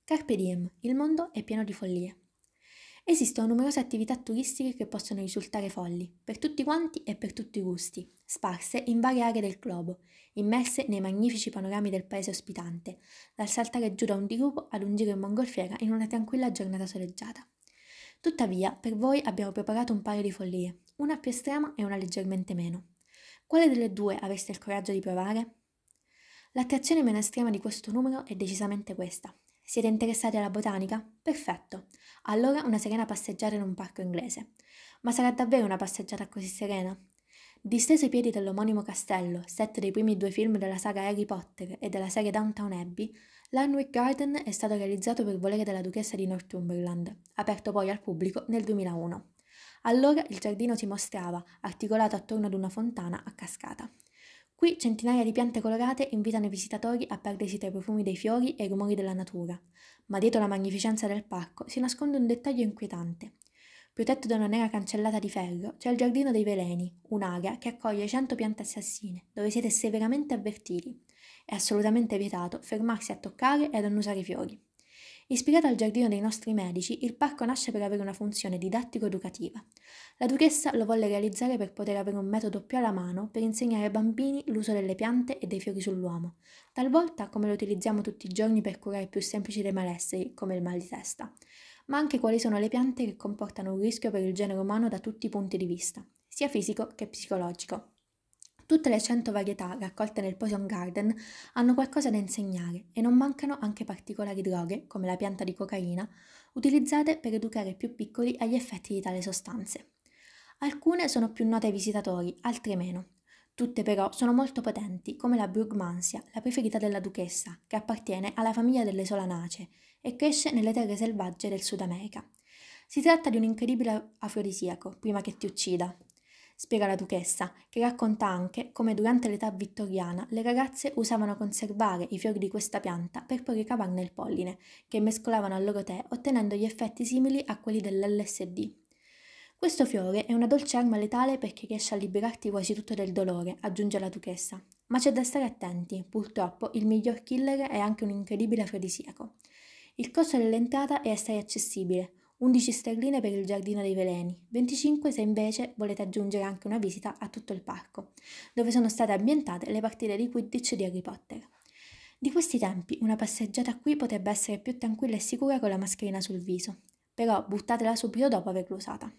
Carpe diem, il mondo è pieno di follie. Esistono numerose attività turistiche che possono risultare folli, per tutti quanti e per tutti i gusti, sparse in varie aree del globo, immerse nei magnifici panorami del paese ospitante, dal saltare giù da un dirupo ad un giro in mongolfiera in una tranquilla giornata soleggiata. Tuttavia, per voi abbiamo preparato un paio di follie, una più estrema e una leggermente meno. Quale delle due avreste il coraggio di provare? L'attrazione meno estrema di questo numero è decisamente questa. Siete interessati alla botanica? Perfetto. Allora una serena passeggiata in un parco inglese. Ma sarà davvero una passeggiata così serena? Disteso ai piedi dell'omonimo castello, set dei primi due film della saga Harry Potter e della serie Downton Abbey, l'Alnwick Garden è stato realizzato per volere della duchessa di Northumberland, aperto poi al pubblico nel 2001. Allora il giardino si mostrava, articolato attorno ad una fontana a cascata. Qui centinaia di piante colorate invitano i visitatori a perdersi tra i profumi dei fiori e i rumori della natura, ma dietro la magnificenza del parco si nasconde un dettaglio inquietante. Protetto da una nera cancellata di ferro, c'è il Giardino dei Veleni, un'area che accoglie 100 piante assassine, dove siete severamente avvertiti. È assolutamente vietato fermarsi a toccare e ad annusare i fiori. Ispirato al giardino dei nostri medici, il parco nasce per avere una funzione didattico-educativa. La duchessa lo volle realizzare per poter avere un metodo più alla mano per insegnare ai bambini l'uso delle piante e dei fiori sull'uomo, talvolta come lo utilizziamo tutti i giorni per curare i più semplici dei malesseri, come il mal di testa, ma anche quali sono le piante che comportano un rischio per il genere umano da tutti i punti di vista, sia fisico che psicologico. Tutte le 100 varietà raccolte nel Poison Garden hanno qualcosa da insegnare e non mancano anche particolari droghe, come la pianta di cocaina, utilizzate per educare i più piccoli agli effetti di tale sostanze. Alcune sono più note ai visitatori, altre meno. Tutte però sono molto potenti, come la Brugmansia, la preferita della duchessa, che appartiene alla famiglia delle solanacee e cresce nelle terre selvagge del Sud America. Si tratta di un incredibile afrodisiaco, prima che ti uccida. Spiega la duchessa, che racconta anche come durante l'età vittoriana le ragazze usavano conservare i fiori di questa pianta per poi ricavarne il polline, che mescolavano al loro tè ottenendo gli effetti simili a quelli dell'LSD. Questo fiore è una dolce arma letale perché riesce a liberarti quasi tutto del dolore, aggiunge la duchessa. Ma c'è da stare attenti, purtroppo il miglior killer è anche un incredibile afrodisiaco. Il costo dell'entrata è assai accessibile, 11 sterline per il Giardino dei Veleni, 25 se invece volete aggiungere anche una visita a tutto il parco, dove sono state ambientate le partite di Quidditch di Harry Potter. Di questi tempi, una passeggiata qui potrebbe essere più tranquilla e sicura con la mascherina sul viso, però buttatela subito dopo averla usata.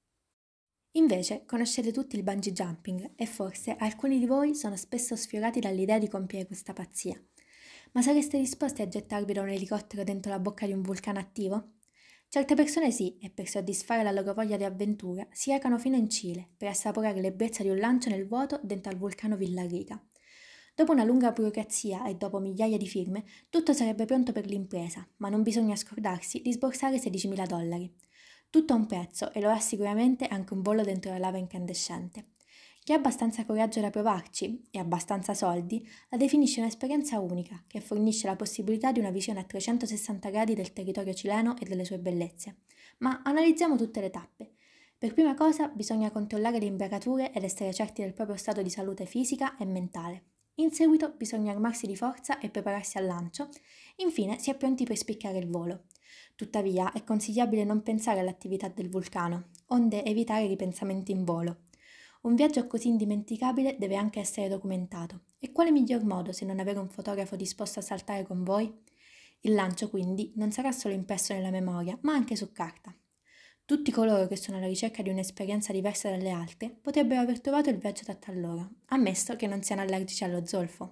Invece, conoscete tutti il bungee jumping e forse alcuni di voi sono spesso sfiorati dall'idea di compiere questa pazzia. Ma sareste disposti a gettarvi da un elicottero dentro la bocca di un vulcano attivo? Certe persone sì, e per soddisfare la loro voglia di avventura, si recano fino in Cile per assaporare l'ebbrezza di un lancio nel vuoto dentro al vulcano Villarrica. Dopo una lunga burocrazia e dopo migliaia di firme, tutto sarebbe pronto per l'impresa, ma non bisogna scordarsi di sborsare $16.000. Tutto ha un prezzo e lo ha sicuramente anche un volo dentro la lava incandescente. Chi ha abbastanza coraggio da provarci e abbastanza soldi la definisce un'esperienza unica che fornisce la possibilità di una visione a 360 gradi del territorio cileno e delle sue bellezze. Ma analizziamo tutte le tappe. Per prima cosa bisogna controllare le imbragature ed essere certi del proprio stato di salute fisica e mentale. In seguito bisogna armarsi di forza e prepararsi al lancio. Infine si è pronti per spiccare il volo. Tuttavia è consigliabile non pensare all'attività del vulcano, onde evitare ripensamenti in volo. Un viaggio così indimenticabile deve anche essere documentato. E quale miglior modo se non avere un fotografo disposto a saltare con voi? Il lancio quindi non sarà solo impresso nella memoria, ma anche su carta. Tutti coloro che sono alla ricerca di un'esperienza diversa dalle altre potrebbero aver trovato il viaggio adatto a loro, ammesso che non siano allergici allo zolfo.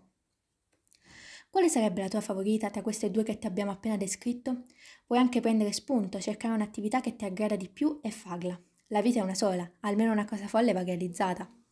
Quale sarebbe la tua favorita tra queste due che ti abbiamo appena descritto? Puoi anche prendere spunto, cercare un'attività che ti aggrada di più e farla. La vita è una sola, almeno una cosa folle va realizzata.